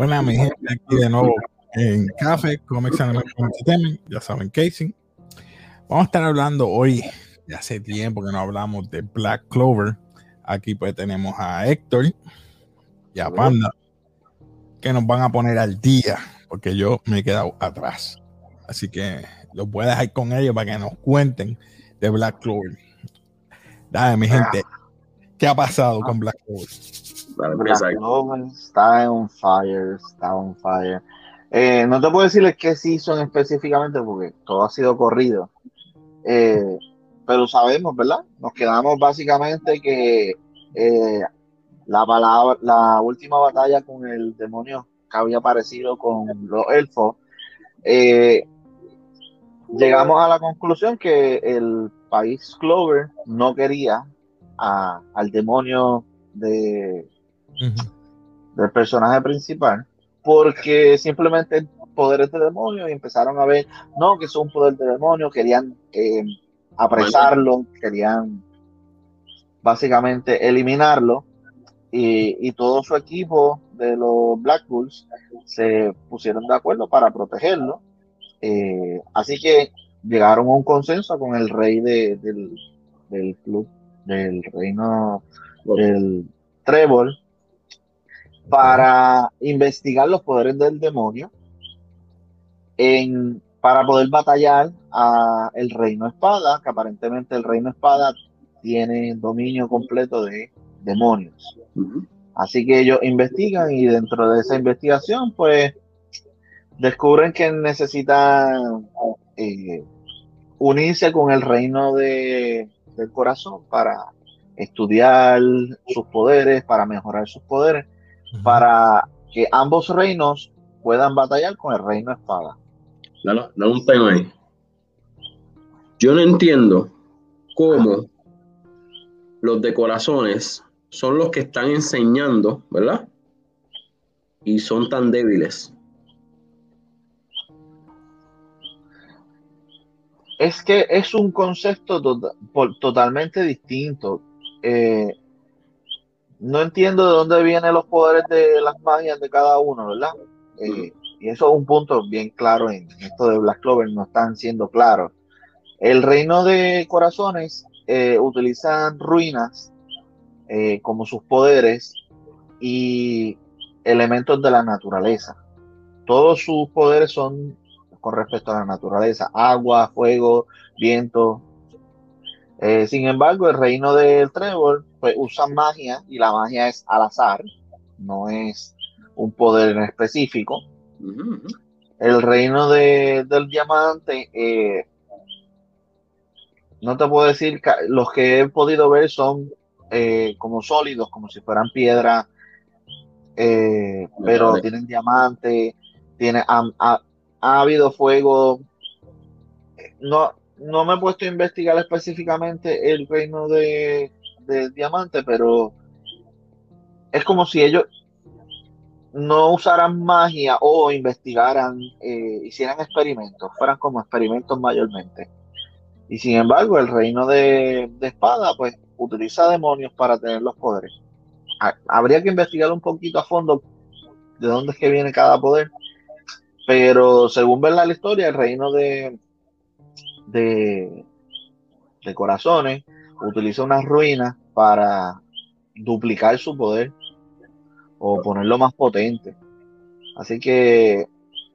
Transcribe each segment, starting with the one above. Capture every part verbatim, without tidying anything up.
Buenas, mi gente, aquí de nuevo en Café Comics and Entertainment, ya saben, Casey. Vamos a estar hablando hoy, ya hace tiempo que no hablamos de Black Clover. Aquí pues tenemos a Héctor y a Panda, que nos van a poner al día, porque yo me he quedado atrás. Así que los voy a dejar con ellos para que nos cuenten de Black Clover. Dale, mi gente, ¿qué ha pasado con Black Clover? Black Clover está on fire, está on fire. Eh, no te puedo decirles qué season específicamente porque todo ha sido corrido. Eh, pero sabemos, ¿verdad? Nos quedamos básicamente que eh, la palabra, la última batalla con el demonio que había aparecido con los elfos, eh, llegamos a la conclusión que el país Clover no quería a, al demonio de Uh-huh. del personaje principal, porque simplemente poderes de demonio, y empezaron a ver, no, que es un poder de demonio, querían eh, apresarlo, querían básicamente eliminarlo, y, y todo su equipo de los Black Bulls se pusieron de acuerdo para protegerlo, eh, así que llegaron a un consenso con el rey de, del, del club, del reino del Trébol, para investigar los poderes del demonio en, para poder batallar a el Reino Espada, que aparentemente el Reino Espada tiene dominio completo de demonios. Uh-huh. Así que ellos investigan y dentro de esa investigación pues descubren que necesitan eh, unirse con el Reino de, del Corazón para estudiar sus poderes, para mejorar sus poderes, para que ambos reinos puedan batallar con el Reino Espada. No, no, un tema ahí. Yo no entiendo cómo los de corazones son los que están enseñando, ¿verdad? Y son tan débiles. Es que es un concepto to- totalmente distinto. Eh, no entiendo de dónde vienen los poderes de las magias de cada uno, ¿verdad? Eh, y eso es un punto bien claro en esto de Black Clover, no están siendo claros. El reino de corazones eh, utilizan ruinas eh, como sus poderes y elementos de la naturaleza. Todos sus poderes son con respecto a la naturaleza: agua, fuego, viento. Eh, sin embargo, el reino del Trébol pues usa magia, y la magia es al azar, no es un poder en específico. Uh-huh. El reino de, del diamante, eh, no te puedo decir, los que he podido ver son eh, como sólidos, como si fueran piedra, eh, pero vale. Tienen diamante, tiene, ha, ha, ha habido fuego. No, no me he puesto a investigar específicamente el reino de, de diamante, pero es como si ellos no usaran magia o investigaran, eh, hicieran experimentos, fueran como experimentos mayormente. Y sin embargo, el reino de, de espada, pues, utiliza demonios para tener los poderes. Habría que investigar un poquito a fondo de dónde es que viene cada poder, pero según ver la historia, el reino de, de, de corazones utiliza unas ruinas para duplicar su poder o ponerlo más potente. Así que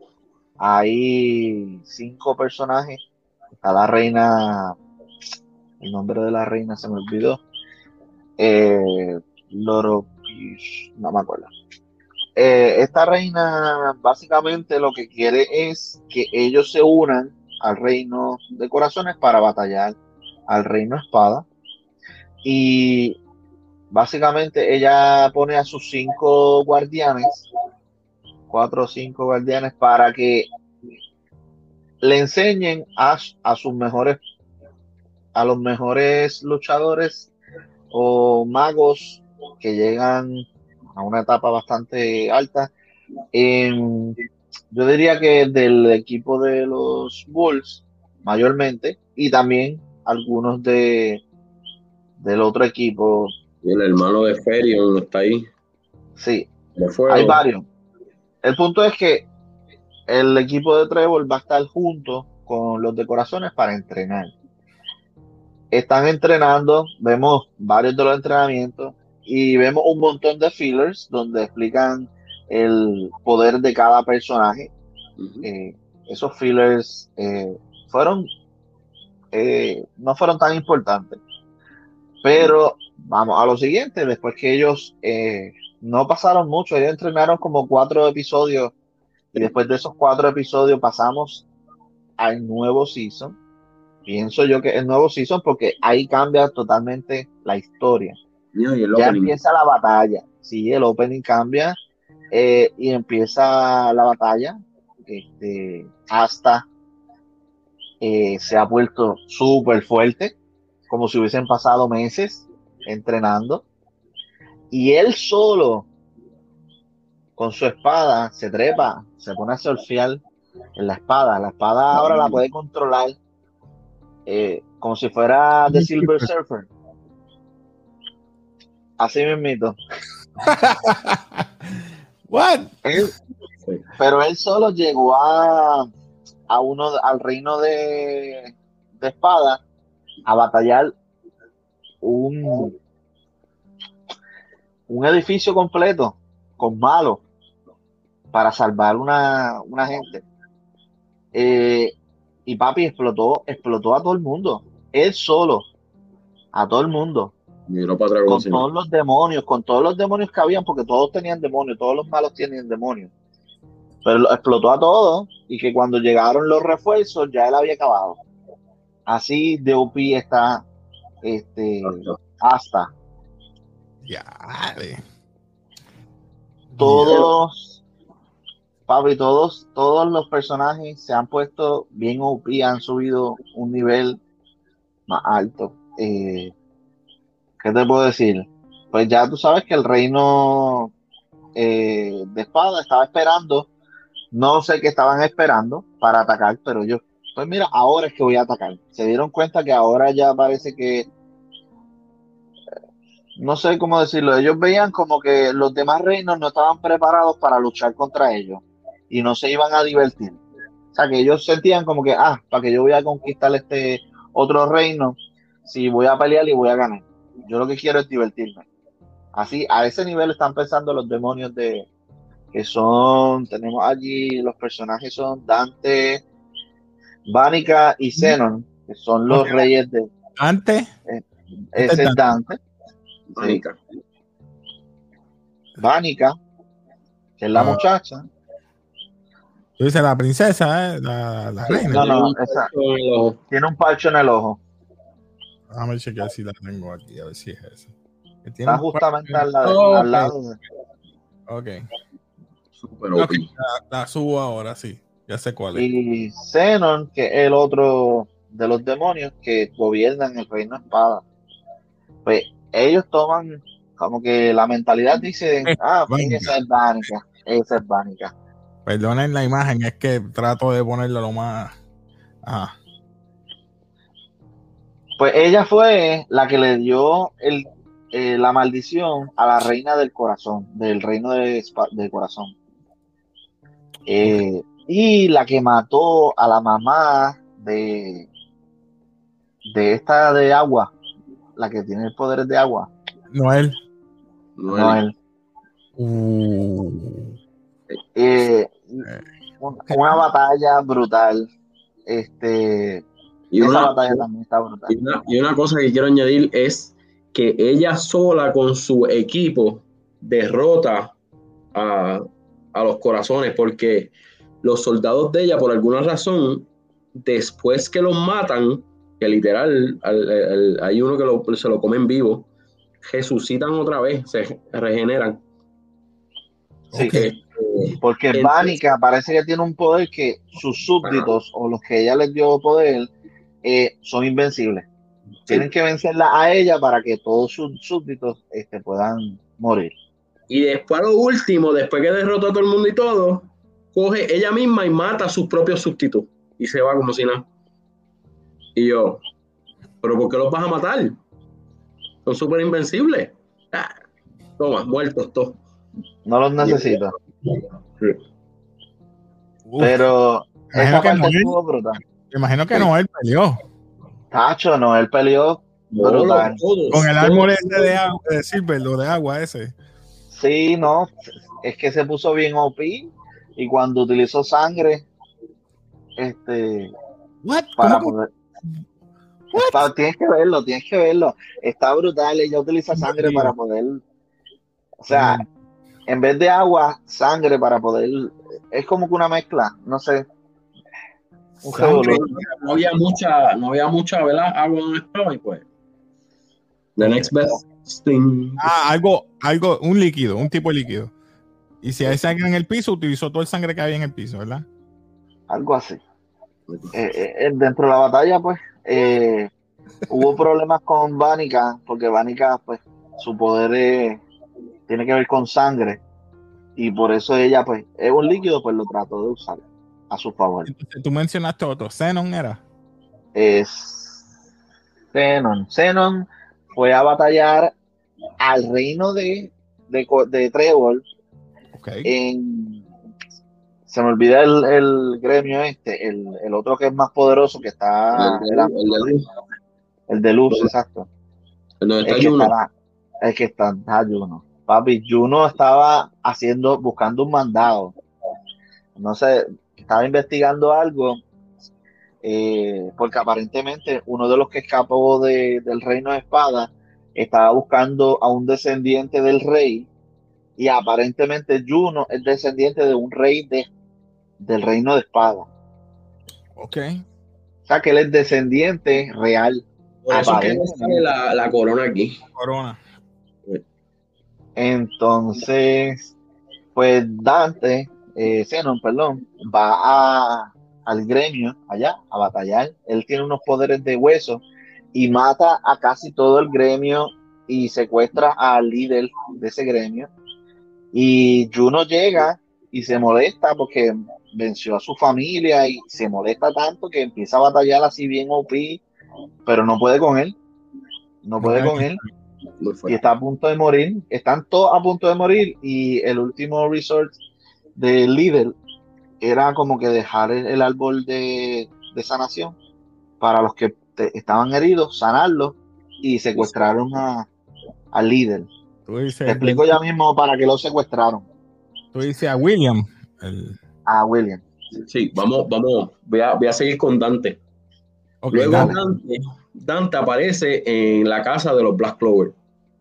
hay cinco personajes. Está la reina, el nombre de la reina se me olvidó. Eh, Loro, no me acuerdo. Eh, esta reina básicamente lo que quiere es que ellos se unan al reino de corazones para batallar al reino espada, y básicamente ella pone a sus cinco guardianes, cuatro o cinco guardianes, para que le enseñen a, a sus mejores, a los mejores luchadores o magos que llegan a una etapa bastante alta. En, yo diría que del equipo de los Bulls mayormente, y también algunos de del otro equipo. Y el hermano de Ferion está ahí. Sí, hay varios. el punto es que el equipo de Trevor va a estar junto con los de Corazones para entrenar. Están entrenando, vemos varios de los entrenamientos y vemos un montón de fillers donde explican el poder de cada personaje. Uh-huh. Eh, esos fillers eh, fueron eh, no fueron tan importantes, pero vamos a lo siguiente. Después que ellos eh, no pasaron mucho, ellos entrenaron como cuatro episodios y después de esos cuatro episodios pasamos al nuevo season. Pienso yo que el nuevo season, porque ahí cambia totalmente la historia. Yeah, y el ya opening. Empieza la batalla. Sí, el opening cambia eh, y empieza la batalla este, hasta eh, se ha vuelto súper fuerte, como si hubiesen pasado meses entrenando. Y él solo, con su espada, se trepa, se pone a surfear en la espada. La espada ahora la puede controlar eh, como si fuera The Silver Surfer. Así mismito. What? Él, pero él solo llegó a, a uno al reino de, de espada a batallar un un edificio completo con malos para salvar una, una gente. Eh, y papi explotó, explotó a todo el mundo. Él solo, a todo el mundo. Para con todos los demonios, con todos los demonios que habían, porque todos tenían demonios, todos los malos tienen demonios. Pero explotó a todos y que cuando llegaron los refuerzos ya él había acabado. Así de O P está este, hasta. Ya. Todos, papi, todos, todos los personajes se han puesto bien O P, han subido un nivel más alto. Eh, ¿Qué te puedo decir? Pues ya tú sabes que el reino eh, de espada estaba esperando, no sé qué estaban esperando para atacar, pero yo, pues mira, ahora es que voy a atacar. Se dieron cuenta que ahora ya parece que, no sé cómo decirlo, ellos veían como que los demás reinos no estaban preparados para luchar contra ellos y no se iban a divertir. O sea, que ellos sentían como que, ah, para que yo voy a conquistar este otro reino, si voy a pelear y voy a ganar. Yo lo que quiero es divertirme. Así, a ese nivel están pensando los demonios de que son, tenemos allí, los personajes son Dante, Vánica y Zenon, que son los okay. reyes de... Dante. Eh, ese es Dante. Vánica. Sí. Vánica, que es la uh, muchacha. Tú dices la princesa, ¿eh? La, la sí, reina. No, no, esa, tiene un parcho en el ojo. Déjame chequear si la tengo aquí, a ver si es esa. Está justamente al, la, oh, al okay. lado de... Ok. Super okay. La, la subo ahora, sí. Ya sé cuál es. Y Zenon, que es el otro de los demonios que gobiernan el reino espada. Pues ellos toman como que la mentalidad dice, ah, pues esa es Vánica, esa es Vánica. Perdonen la imagen, es que trato de ponerlo lo más... Ajá. Pues ella fue la que le dio el, eh, la maldición a la reina del corazón, del reino de, del corazón. Eh, y la que mató a la mamá de, de esta de agua, la que tiene poderes de agua. Noel. Noel. Noel. Uh. Eh, una, una batalla brutal. Este, y esa una, batalla también está brutal. Y una, y una cosa que quiero añadir es que ella sola con su equipo derrota a, a los corazones, porque los soldados de ella, por alguna razón, después que los matan, que literal al, al, al, hay uno que lo, se lo comen vivo, resucitan otra vez, se regeneran. Sí, okay. Porque Vánica parece que tiene un poder que sus súbditos, ajá, o los que ella les dio poder, eh, son invencibles. Sí. Tienen que vencerla a ella para que todos sus súbditos este, puedan morir. Y después, lo último, después que derrotó a todo el mundo y todo, coge ella misma y mata a sus propios súbditos y se va como si nada. Y yo, ¿pero por qué los vas a matar? Son súper invencibles. Ah, toma, muertos todos. No los necesito. Uf, Pero imagino esa que parte Noel, estuvo brutal. me imagino que Noel peleó Tacho, no, él peleó No, lo- brutal. todos, con el todos. árbol ese de agua, de Silver, lo de agua ese. Sí, no, es que se puso bien O P y cuando utilizó sangre, este, What? para ¿Cómo que? poder, What? está- tienes que verlo, tienes que verlo. Está brutal, ella utiliza sangre para poder, o sea, en vez de agua, sangre para poder, es como que una mezcla, no sé, un Sangre. revolú. No había mucha, no había mucha, ¿verdad? Agua donde estaba y pues. The next best thing. Ah, algo, algo, un líquido, un tipo de líquido. Y si hay sangre en el piso, utilizó todo el sangre que había en el piso, ¿verdad? Algo así. Eh, eh, eh, dentro de la batalla, pues, eh, hubo problemas con Vanica, porque Vanica, pues, su poder eh, tiene que ver con sangre, y por eso ella, pues, es un líquido, pues lo trató de usar a su favor. Entonces, tú mencionaste otro, Xenon era. Es Zenon. Zenon fue a batallar al reino de, de, Co- de Trevor Ok. en... Se me olvida el, el gremio este, el, el otro que es más poderoso, que está... El de Era, luz, el de luz. el de luz, exacto. Donde El está que Juno. estará, el que está, está Juno. Papi, Juno estaba haciendo, buscando un mandado. No sé, estaba investigando algo, eh, porque aparentemente uno de los que escapó de- del reino de espada estaba buscando a un descendiente del rey, y aparentemente Juno es descendiente de un rey de, del reino de espada. Ok. O sea que él es descendiente real, Por eso es que no sale aparentemente. la, la corona aquí. Corona. Entonces, pues Dante, eh, Zenon, perdón, va a, al gremio allá a batallar. Él tiene unos poderes de hueso y mata a casi todo el gremio y secuestra al líder de ese gremio. Y Juno llega y se molesta porque venció a su familia y se molesta tanto que empieza a batallar así bien O P, pero no puede con él, no No puede puede con con- él Muy y fuerte. está a punto de morir. Están todos a punto de morir y el último resort del líder era como que dejar el, el árbol de, de sanación para los que te- estaban heridos, sanarlos y secuestraron a, al líder. Tú dices, Te el del- explico ya mismo para qué lo secuestraron tú dices a William. El, a William. Sí, vamos, vamos. Voy a, voy a seguir con Dante. ok, Luego dale. Dante, Dante aparece en la casa de los Black Clover.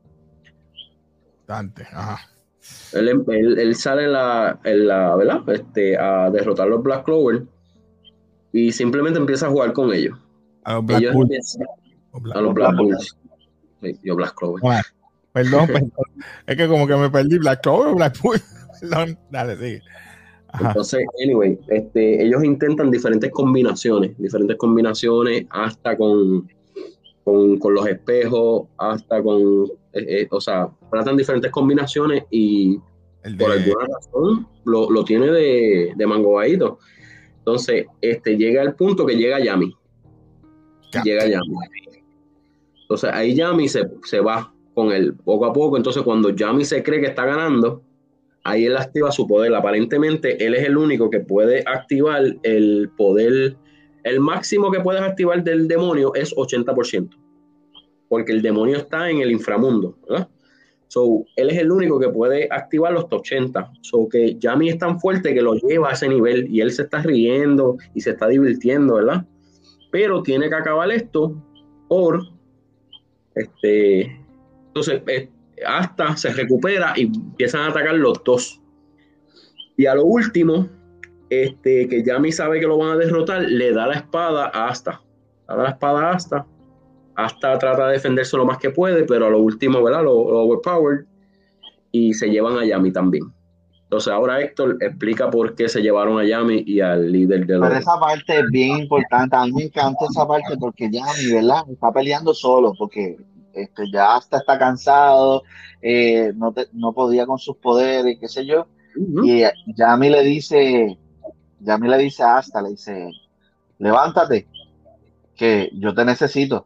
Dante. Ajá. Él, él, él sale en la, en la, ¿verdad? Este, a derrotar a los Black Clover y simplemente empieza a jugar con ellos. A los Black Ellos Bulls. empiezan O Black- a los Los Black Black Bulls. Sí, yo Black Clover. Bueno, perdón, perdón. Es que como que me perdí. Black Clover o Black Bull. Perdón. Dale, sigue. Ajá. Entonces, anyway, este, ellos intentan diferentes combinaciones, diferentes combinaciones hasta con, con, con los espejos, hasta con, eh, eh, o sea, tratan diferentes combinaciones y El por de. alguna razón lo, lo tiene de, de mango bahito. Entonces, este, llega el punto que llega Yami. Cap. Llega Yami. Entonces, ahí Yami se, se va con él poco a poco. Entonces, cuando Yami se cree que está ganando, ahí él activa su poder. Aparentemente, él es el único que puede activar el poder. El máximo que puedes activar del demonio es ochenta por ciento. Porque el demonio está en el inframundo, ¿verdad? So, él es el único que puede activar los ochenta. So, que Yami es tan fuerte que lo lleva a ese nivel y él se está riendo y se está divirtiendo, ¿verdad? Pero tiene que acabar esto por este. Entonces, eh, hasta se recupera y empiezan a atacar los dos. Y a lo último, este, que Yami sabe que lo van a derrotar, le da la espada a Asta. Le da la espada a Asta. Asta trata de defenderse lo más que puede, pero a lo último, ¿verdad? Lo, lo overpowered. Y se llevan a Yami también. Entonces ahora Héctor explica por qué se llevaron a Yami y al líder de los... Pero esa parte es bien importante. A mí me encanta esa parte porque Yami, ¿verdad? Está peleando solo porque este, ya hasta está cansado, eh, no, te- no podía con sus poderes, qué sé yo. Uh-huh. Y Yami le dice, Yami le dice a Asta, le dice, levántate, que yo te necesito.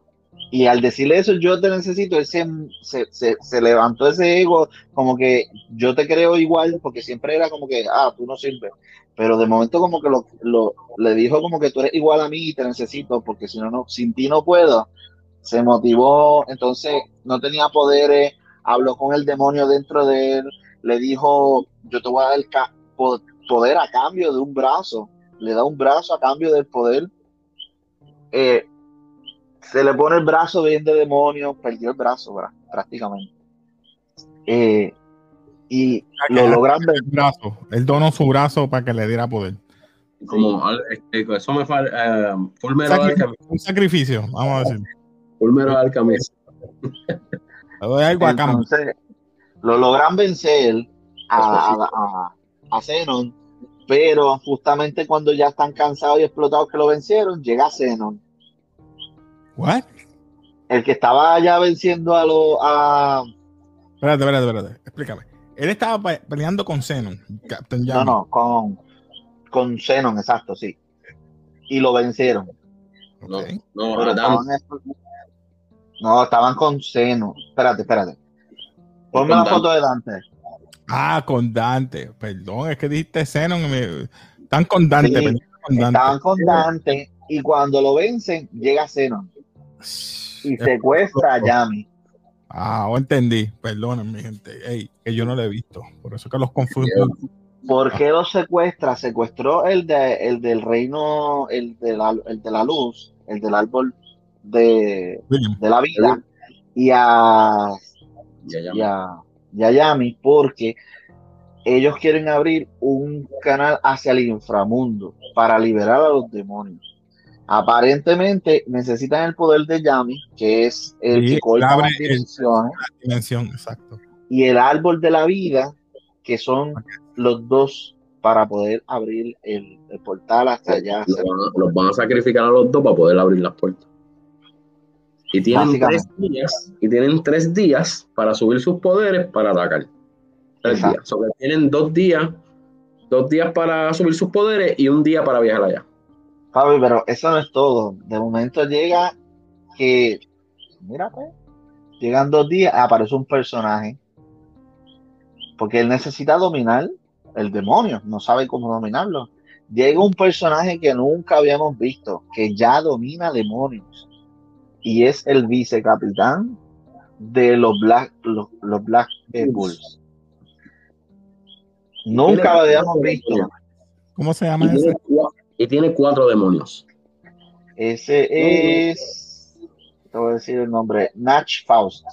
Y al decirle eso, yo te necesito, él se, se, se, se levantó ese ego, como que yo te creo igual, porque siempre era como que, ah, tú no sirves. Pero de momento como que lo, lo, le dijo como que tú eres igual a mí y te necesito, porque si no, no, sin ti no puedo. Se motivó, entonces no tenía poderes, habló con el demonio dentro de él, le dijo, yo te voy a dar ca- poder a cambio de un brazo. Le da un brazo a cambio del poder. Eh, Se le pone el brazo bien de demonio, perdió el brazo prácticamente. Eh, y lo logran ver. El brazo. Él donó su brazo para que le diera poder. Como este, eso me falta. Uh, Fullmetal Alchemist. Un sacrificio, vamos a decir. Fullmetal Alchemist. Entonces, lo logran vencer a, a, a, a Zenon, pero justamente cuando ya están cansados y explotados que lo vencieron, llega Zenon. ¿What? El que estaba ya venciendo a los. A... Espérate, espérate, espérate. Explícame. Él estaba peleando con Zenon, Captain Yami. No, no, con, con Zenon, exacto, sí. Y lo vencieron. Okay. No, no, estaban, no, estaban con Zenon. Espérate, espérate. Ponme la foto de Dante. Ah, con Dante. Perdón, es que dijiste Zenon. Me... Están con Dante. Sí, con Dante. Estaban con Dante y cuando lo vencen, llega Zenon. Y secuestra a Yami. Ah, o entendí. Perdonen, mi gente. Ey, que yo no lo he visto. Por eso que los confundo. ¿Por qué los secuestra? Secuestró el, de, el del reino, el de, la, el de la luz, el del árbol de, de la vida, y a, y a, y a Yami, porque ellos quieren abrir un canal hacia el inframundo para liberar a los demonios. Aparentemente necesitan el poder de Yami, que es el sí, que corta las dimensiones, la dimensión, exacto. y el árbol de la vida, que son okay. los dos para poder abrir el, el portal hasta allá. Los van, a, los van a sacrificar a los dos para poder abrir las puertas. Y tienen tres días, y tienen tres días para subir sus poderes para atacar. Tres días. O sea, tienen dos días, dos días para subir sus poderes y un día para viajar allá. Fabi, pero eso no es todo. De momento llega que, mírate, llegan dos días, aparece un personaje, porque él necesita dominar el demonio, no sabe cómo dominarlo. Llega un personaje que nunca habíamos visto, que ya domina demonios, y es el vicecapitán de los Black, los, los Black Bulls. Nunca lo habíamos visto. ¿Cómo se llama y ese? Tiene cuatro, y tiene cuatro demonios. Ese es, te voy a decir el nombre, Natch Faust.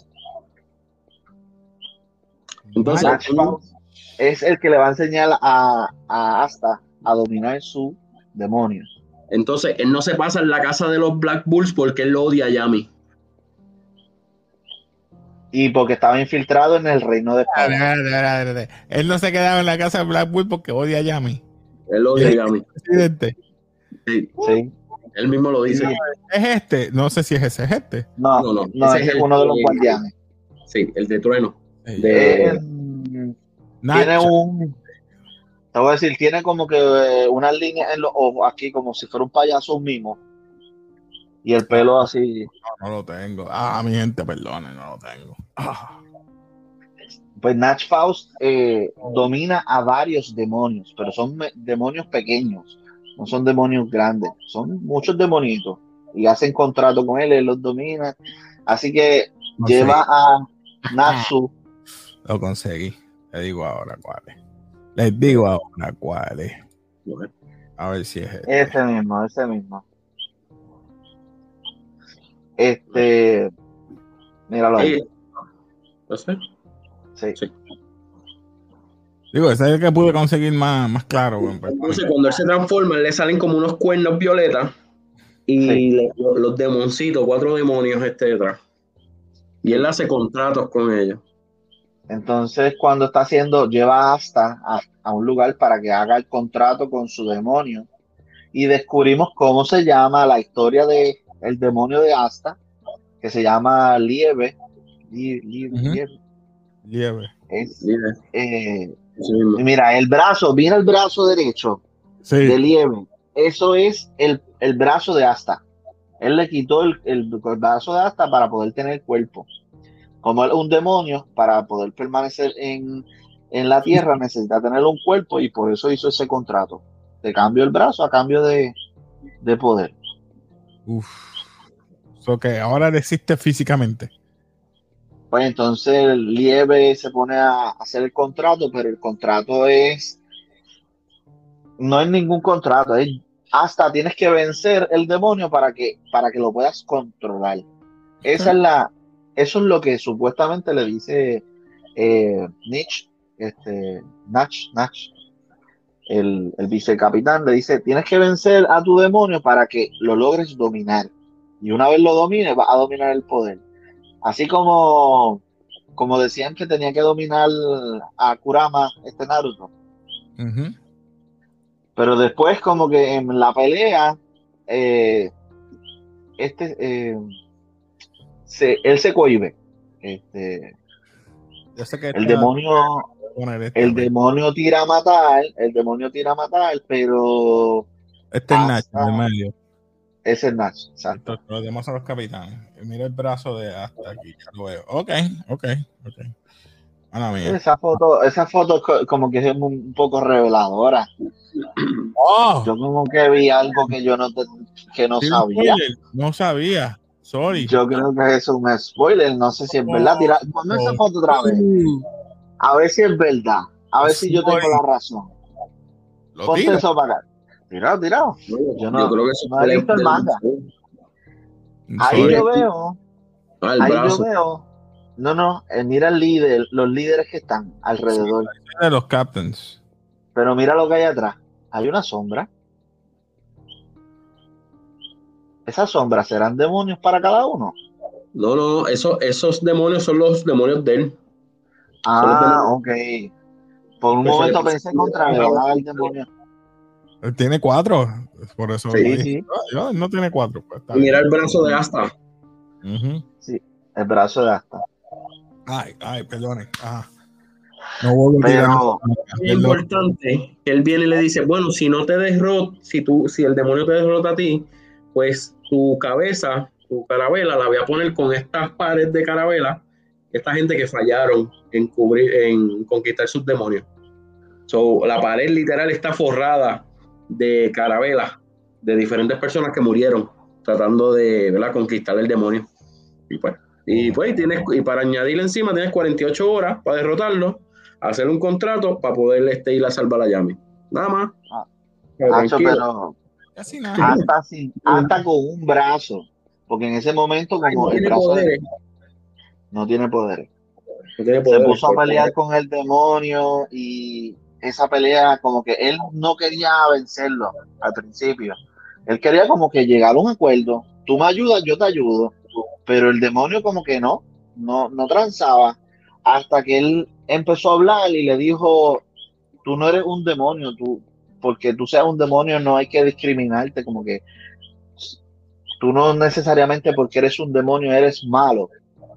Entonces, Natch Faust es el que le va a enseñar a, a Asta a dominar su demonio. Entonces, él no se pasa en la casa de los Black Bulls porque él lo odia a Yami. Y porque estaba infiltrado en el reino de Pablo. Él no se quedaba en la casa de Black Bull porque odia a Yami. Él odia a Yami. Presidente. Sí. sí. Él mismo lo dice. ¿Es este? No sé si es ese, ¿es este? No, no, no, no ese es, es uno de los guardianes. Sí, el de Trueno. Sí. De... Eh, tiene un... Te voy a decir, tiene como que eh, una línea en los ojos aquí, como si fuera un payaso mismo. Y el pelo así. No, no lo tengo. Ah, mi gente, perdone, no lo tengo. Ah. Pues Natch Faust eh, domina a varios demonios, pero son demonios pequeños, no son demonios grandes, son muchos demonitos. Y hacen contrato con él, él los domina. Así que no lleva sé. a Natsu. Lo conseguí. Le digo ahora cuál es. Les digo ahora cuál es. A ver si es este. Ese mismo, ese mismo. Este, míralo ahí. ¿Lo sé? Sí. sí. Digo, ese es el que pude conseguir más, más claro. Entonces, cuando él se transforma, le salen como unos cuernos violetas y sí. le, los demoncitos, cuatro demonios este detrás. Y él hace contratos con ellos. Entonces, cuando está haciendo, lleva hasta a, a un lugar para que haga el contrato con su demonio. Y descubrimos cómo se llama la historia de el demonio de Asta, que se llama Lieve. Lieve, Lieve, uh-huh. Lieve. Lieve. Es, Lieve. Eh, sí, mira, el brazo, mira el brazo derecho sí. de Lieve. Eso es el, el brazo de Asta. Él le quitó el, el, el brazo de Asta para poder tener el cuerpo. Como él es un demonio, para poder permanecer en, en la tierra necesita tener un cuerpo y por eso hizo ese contrato. Te cambio el brazo a cambio de, de poder. Uf. So que ahora existe físicamente. Pues entonces Lieve se pone a hacer el contrato, pero el contrato es, no es ningún contrato, es hasta tienes que vencer el demonio para que, para que lo puedas controlar. Esa es la, eso es lo que supuestamente le dice eh, Nietzsche, este, Nach, Nach, el, el vicecapitán, le dice, tienes que vencer a tu demonio para que lo logres dominar. Y una vez lo domines, vas a dominar el poder. Así como, como decían que tenía que dominar a Kurama, este Naruto. Uh-huh. Pero después como que en la pelea, eh, este, eh, se, él se cohíbe. Este, Yo sé que el demonio, este el demonio tira a matar, el demonio tira a matar, pero este es Nach, de medio. Ese es Nach, exacto. Entonces, los demás son los capitanes. Mira el brazo de hasta aquí, ya lo veo. Ok, ok, ok. Ana mía. Esa foto, esa foto como que es un poco reveladora. Oh, yo como que vi algo que yo no, te, que no sabía. Spoiler. No sabía. Sorry. Yo creo que es un spoiler. No sé si es verdad. Tira, ponme esa foto otra vez. A ver si es verdad. A ver si yo tengo la razón. Lo Ponte tiro. eso para acá. Tirado, tirado. Yo no, yo creo que eso no he visto el manga. Ahí Sorry. yo veo. Ah, el ahí brazo. yo veo. No, no. Eh, mira el líder, los líderes que están alrededor. Sí, de los captains. Pero mira lo que hay atrás. Hay una sombra. ¿Esas sombras serán demonios para cada uno? No, no, eso, esos demonios son los demonios de él. Ah, ok. Por un Pues momento se- pensé contra le van a dar demonios. Él tiene cuatro. Por eso Sí, lo dije. sí. No, no tiene cuatro. Pues, está Y mira bien. el brazo de Asta. Uh-huh. Sí, el brazo de Asta. Ay, ay, perdone. Ajá. No vuelvo a Pero tirar. Es importante que él viene y le dice, bueno, si no te derrota, si tú, si el demonio te derrota a ti, pues tu cabeza, tu carabela, la voy a poner con estas pares de carabela, esta gente que fallaron en cubrir, en conquistar sus demonios. So, la pared literal está forrada de carabelas de diferentes personas que murieron tratando de, ¿verdad?, conquistar el demonio. Y pues, y pues tienes, y para añadirle encima tienes cuarenta y ocho horas para derrotarlo, hacer un contrato para poder este, ir a salvar a Yami. Nada más. Ah, Pero Nacho, tranquilo. pero Casi nada. hasta así, hasta con un brazo. Porque en ese momento, Ay, no como el tiene brazo de- poderes. no tiene poderes. No tiene Se poderes, puso a por pelear favor. con el demonio y esa pelea como que él no quería vencerlo al principio. Él quería como que llegar a un acuerdo. Tú me ayudas, yo te ayudo. Pero el demonio como que no, no, no transaba. Hasta que él empezó a hablar y le dijo, tú no eres un demonio, tú, porque tú seas un demonio no hay que discriminarte, como que tú no necesariamente porque eres un demonio eres malo.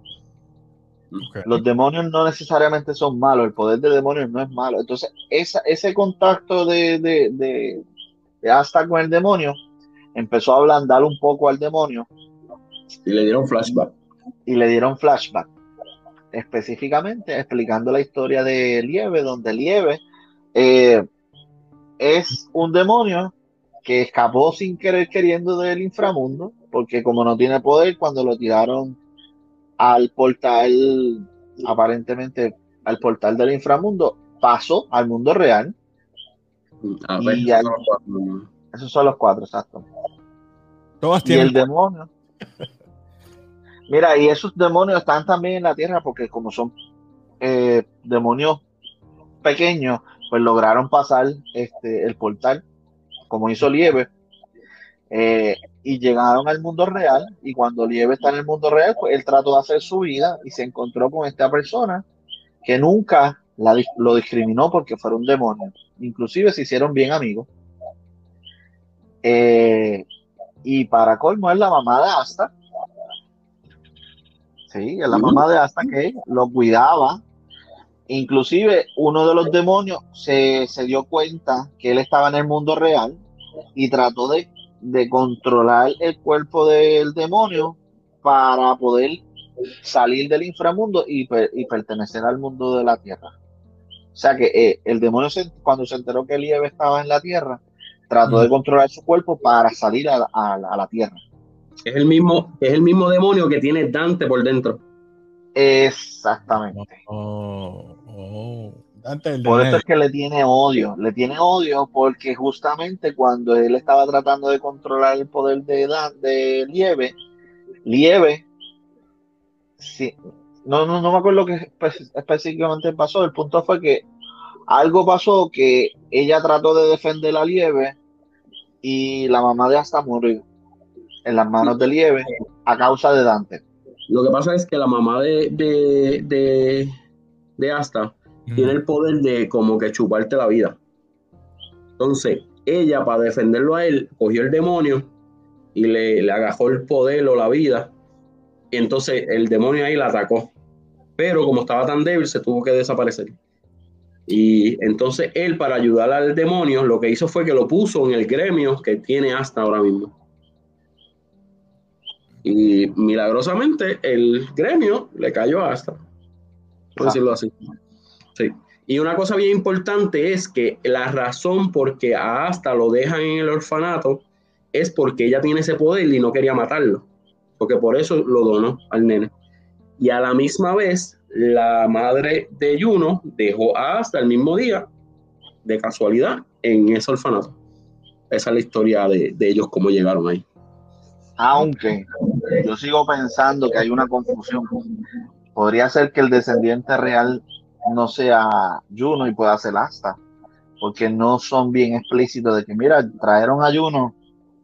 Okay. Los demonios no necesariamente son malos, el poder de demonios no es malo. Entonces, esa, ese contacto de, de, de, de Asta con el demonio empezó a ablandar un poco al demonio. Y le dieron flashback. Y le dieron flashback, específicamente explicando la historia de Lieve, donde Lieve eh, es un demonio que escapó sin querer queriendo del inframundo, porque como no tiene poder, cuando lo tiraron al portal, aparentemente al portal del inframundo, pasó al mundo real. A ver, Y esos ahí, son los cuatro. esos son los cuatro, exacto. Todos Y tienen. el demonio. Mira, y esos demonios están también en la tierra porque como son eh, demonios pequeños, pues lograron pasar este, el portal, como hizo Lieve, eh, y llegaron al mundo real. Y cuando Lieve está en el mundo real, pues él trató de hacer su vida y se encontró con esta persona que nunca la, lo discriminó porque fuera un demonio. Inclusive se hicieron bien amigos. Eh, y para colmo es la mamá de Asta. Sí, es la mamá de Asta que lo cuidaba. Inclusive uno de los demonios se, se dio cuenta que él estaba en el mundo real y trató de, de controlar el cuerpo del demonio para poder salir del inframundo y, per- y pertenecer al mundo de la tierra. O sea que eh, el demonio se- cuando se enteró que Lieve estaba en la tierra, trató de controlar su cuerpo para salir a, a- a la tierra. Es el mismo, es el mismo demonio que tiene Dante por dentro. Exactamente. Oh, oh. Dante, el de Por eso medio. es que le tiene odio. Le tiene odio porque justamente cuando él estaba tratando de controlar el poder de, Dan- de Lieve, Lieve, sí, no, no, no me acuerdo qué espe- específicamente pasó. El punto fue que algo pasó que ella trató de defender a Lieve y la mamá de Asta murió en las manos de Lieve a causa de Dante. Lo que pasa es que la mamá de, de, de, de Asta Mm. tiene el poder de como que chuparte la vida. Entonces, ella, para defenderlo a él, cogió el demonio y le, le agajó el poder o la vida. Y entonces el demonio ahí la atacó. Pero como estaba tan débil, se tuvo que desaparecer. Y entonces él, para ayudar al demonio, lo que hizo fue que lo puso en el gremio que tiene Asta ahora mismo. Y milagrosamente el gremio le cayó a Asta, por decirlo así. Sí. Y una cosa bien importante es que la razón por que a Asta lo dejan en el orfanato es porque ella tiene ese poder y no quería matarlo, porque por eso lo donó al nene. Y a la misma vez, la madre de Juno dejó a Asta el mismo día, de casualidad, en ese orfanato. Esa es la historia de, de ellos, cómo llegaron ahí. Aunque yo sigo pensando que hay una confusión. Podría ser que el descendiente real no sea Juno y pueda ser Asta, porque no son bien explícitos de que, mira, trajeron a Juno.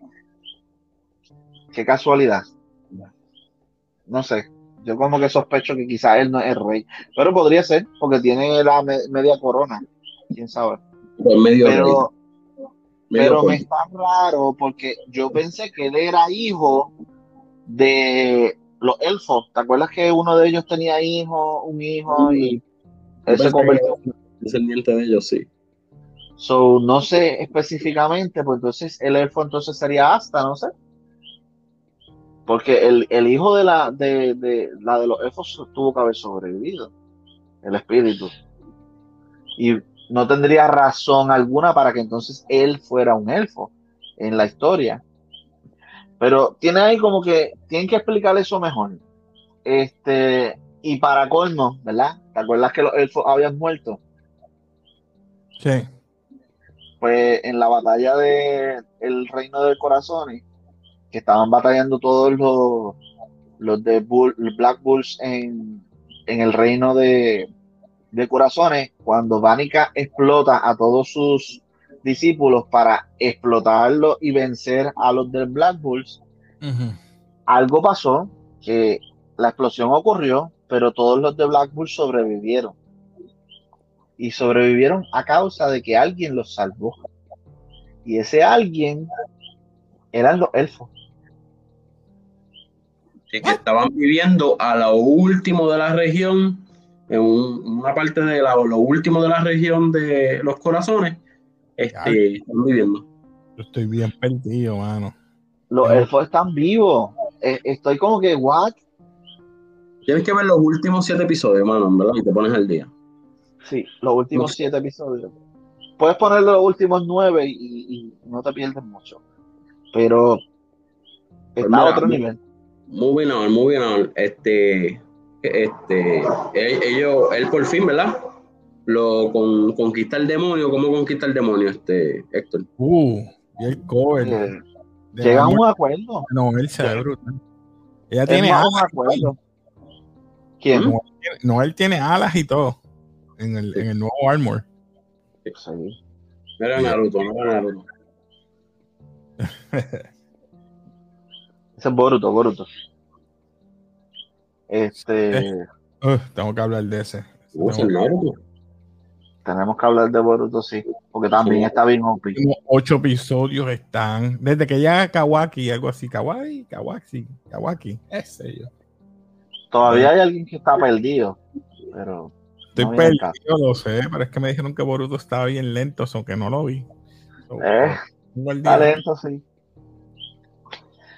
Qué casualidad. No sé. Yo como que sospecho que quizás él no es el rey, pero podría ser, porque tiene la me- media corona. Quién sabe. Por medio Pero, rey, medio pero me polvo. está raro porque yo pensé que él era hijo de los elfos. ¿Te acuerdas que uno de ellos tenía hijo, un hijo y Yo él se pensaba que era convirtió? descendiente de ellos, sí. So, no sé específicamente, pues entonces el elfo entonces sería Asta, no sé. Porque el, el hijo de la de, de la de los elfos tuvo que haber sobrevivido, el espíritu. Y no tendría razón alguna para que entonces él fuera un elfo en la historia. Pero tiene ahí como que tienen que explicar eso mejor. Este, y para colmo, ¿verdad? ¿Te acuerdas que los elfos habían muerto? Sí. Pues en la batalla de el Reino del Corazón, que estaban batallando todos los, los de Bull, Black Bulls en, en el Reino de, de Corazones, cuando Vanica explota a todos sus discípulos para explotarlos y vencer a los del Black Bulls, Uh-huh. algo pasó, que la explosión ocurrió, pero todos los de Black Bulls sobrevivieron. Y sobrevivieron a causa de que alguien los salvó. Y ese alguien eran los elfos. Sí, que estaban viviendo a lo último de la región, en un- una parte de la, lo último de la región de los corazones, este, están viviendo. Yo estoy bien perdido, mano. Los Tengo- elfos están vivos. Eh, estoy como que, ¿what? Tienes que ver los últimos siete episodios, mano, ¿verdad? Y te pones al día. Sí, los No últimos sé. siete episodios. Puedes poner los últimos nueve y, y no te pierdes mucho. Pero Pues está a mira, otro nivel. moving on, moving on. Este, este, él- ellos, él por fin, ¿verdad? Lo con, conquista el demonio. ¿Cómo conquista el demonio, este, Héctor? Uh, y el cover Eh, de llega a Manuel, un acuerdo. Noel se ve brutal. Ella Es tiene más alas un y todo. acuerdo. ¿Quién? ¿Mm? Noel tiene, Noel tiene alas y todo en el, Sí. en el nuevo armor. Sí. No era Yeah. Naruto, no era Naruto. Ese es Boruto, Boruto. Este, Uh, tengo que hablar de ese. Uh, Tengo- es Naruto. tenemos que hablar de Boruto, sí. Porque también Sí. está bien O P. Tengo ocho episodios están. Desde que llega Kawaki, algo así. Kawaii, Kawaki, Kawaki, ese yo. Todavía hay alguien que está perdido. Pero Estoy no viene al caso. perdido, lo sé, pero es que me dijeron que Boruto estaba bien lento, aunque no lo vi. So, Eh, tengo el está día. lento, sí.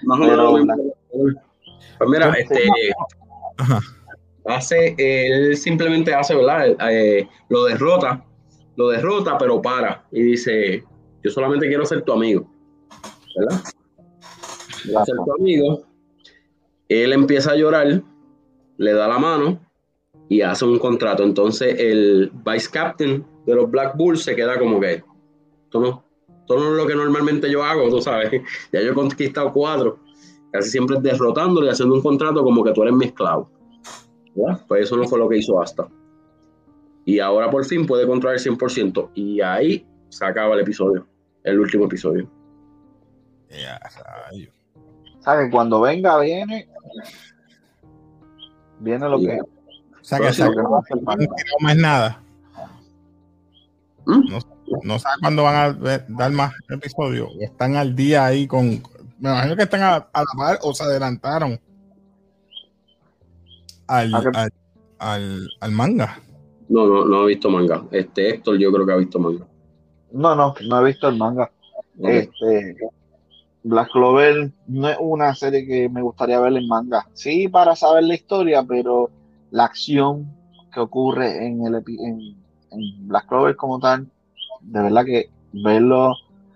Más o menos lo mismo. Pues mira, este Ajá. hace, él simplemente hace, ¿verdad? Eh, lo derrota, lo derrota, pero para y dice, yo solamente quiero ser tu amigo, ¿verdad? Quiero ser tu amigo. Él empieza a llorar, le da la mano y hace un contrato. Entonces el vice captain de los Black Bulls se queda como que, esto no, esto no es lo que normalmente yo hago, tú sabes, ya yo he conquistado cuatro, casi siempre es derrotándolo y haciendo un contrato como que tú eres mi esclavo, ¿verdad? Pues eso no fue lo que hizo Asta. Y ahora por fin puede controlar el cien por ciento y ahí se acaba el episodio, el último episodio. Yeah, ¿Sabes? Cuando venga, viene. Viene lo Sí. que. O sea, que Próximo, se que no va a ser no más han tirado más nada. ¿Mm? No, no sabe cuándo van a ver- dar más episodios. O están al día ahí con. Me imagino que están a, a la par o se adelantaron al, ¿A qué? al, al, al manga. No, no, no he visto manga. Este Héctor yo creo que ha visto manga. No, no, no he visto el manga. Okay. Este, Black Clover no es una serie que me gustaría ver en manga. Sí, para saber la historia, pero la acción que ocurre en el epi- en, en Black Clover como tal, de verdad que verlo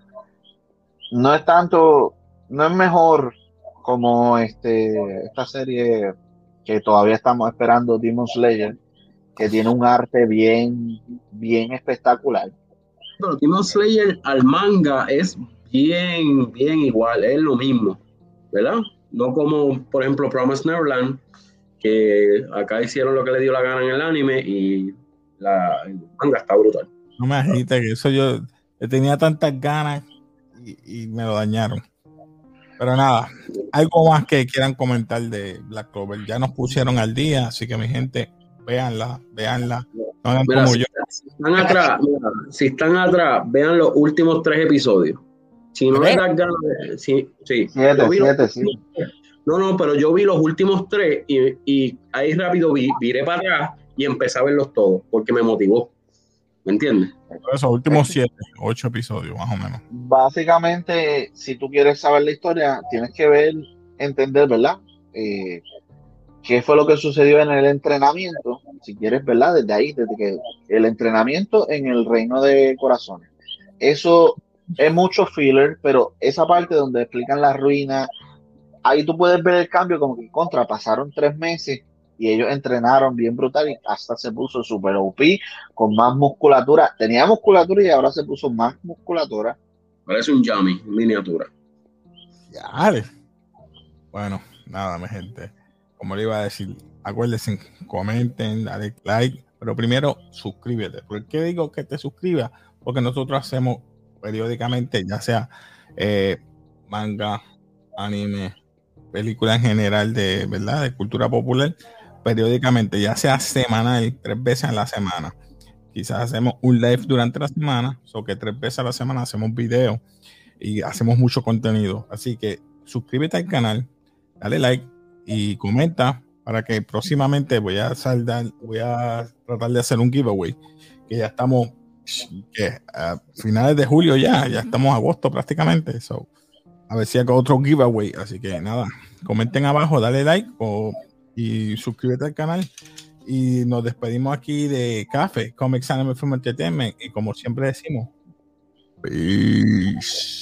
no es tanto, no es mejor como este esta serie que todavía estamos esperando, Demon Slayer, que tiene un arte bien, bien espectacular. Pero Demon Slayer al manga es bien, bien igual, es lo mismo, ¿verdad? No como, por ejemplo, Promised Neverland, que acá hicieron lo que le dio la gana en el anime y la, el manga está brutal. No me agite, que eso yo, yo tenía tantas ganas y, y me lo dañaron. Pero nada, algo más que quieran comentar de Black Clover. Ya nos pusieron al día, así que mi gente, véanla, véanla. No hagan Mira, como si, yo. si están atrás, mira, si están atrás, vean los últimos tres episodios. Si no les das ganas de, si, sí, Siete, yo vi los siete, sí. No, no, pero yo vi los últimos tres y, y ahí rápido vi, viré para atrás y empecé a verlos todos porque me motivó. ¿Me entiendes? Esos últimos siete, ocho episodios, más o menos. Básicamente, si tú quieres saber la historia, tienes que ver, entender, ¿verdad? Eh, qué fue lo que sucedió en el entrenamiento, si quieres, ¿verdad? Desde ahí, desde que el entrenamiento en el Reino de Corazones. Eso es mucho filler, pero esa parte donde explican las ruinas, ahí tú puedes ver el cambio como que contra, pasaron tres meses y ellos entrenaron bien brutal y hasta se puso super O P con más musculatura. Tenía musculatura y ahora se puso más musculatura. Parece un Yami, miniatura. Dale. Bueno, nada, mi gente. Como le iba a decir, acuérdense, comenten, dale like, pero primero suscríbete. ¿Por qué digo que te suscribas? Porque nosotros hacemos periódicamente, ya sea eh, manga, anime, película en general de, ¿verdad? De cultura popular, periódicamente, ya sea semanal, tres veces a la semana. Quizás hacemos un live durante la semana, o que tres veces a la semana hacemos videos y hacemos mucho contenido. Así que suscríbete al canal, dale like y comenta para que próximamente voy a saldar, voy a tratar de hacer un giveaway, que ya estamos que a finales de julio ya, ya estamos a agosto prácticamente. So, a ver si hago otro giveaway. Así que nada, comenten abajo, dale like o, y suscríbete al canal. Y nos despedimos aquí de Café, Comics Anime Film Entertainment. Y como siempre decimos, peace.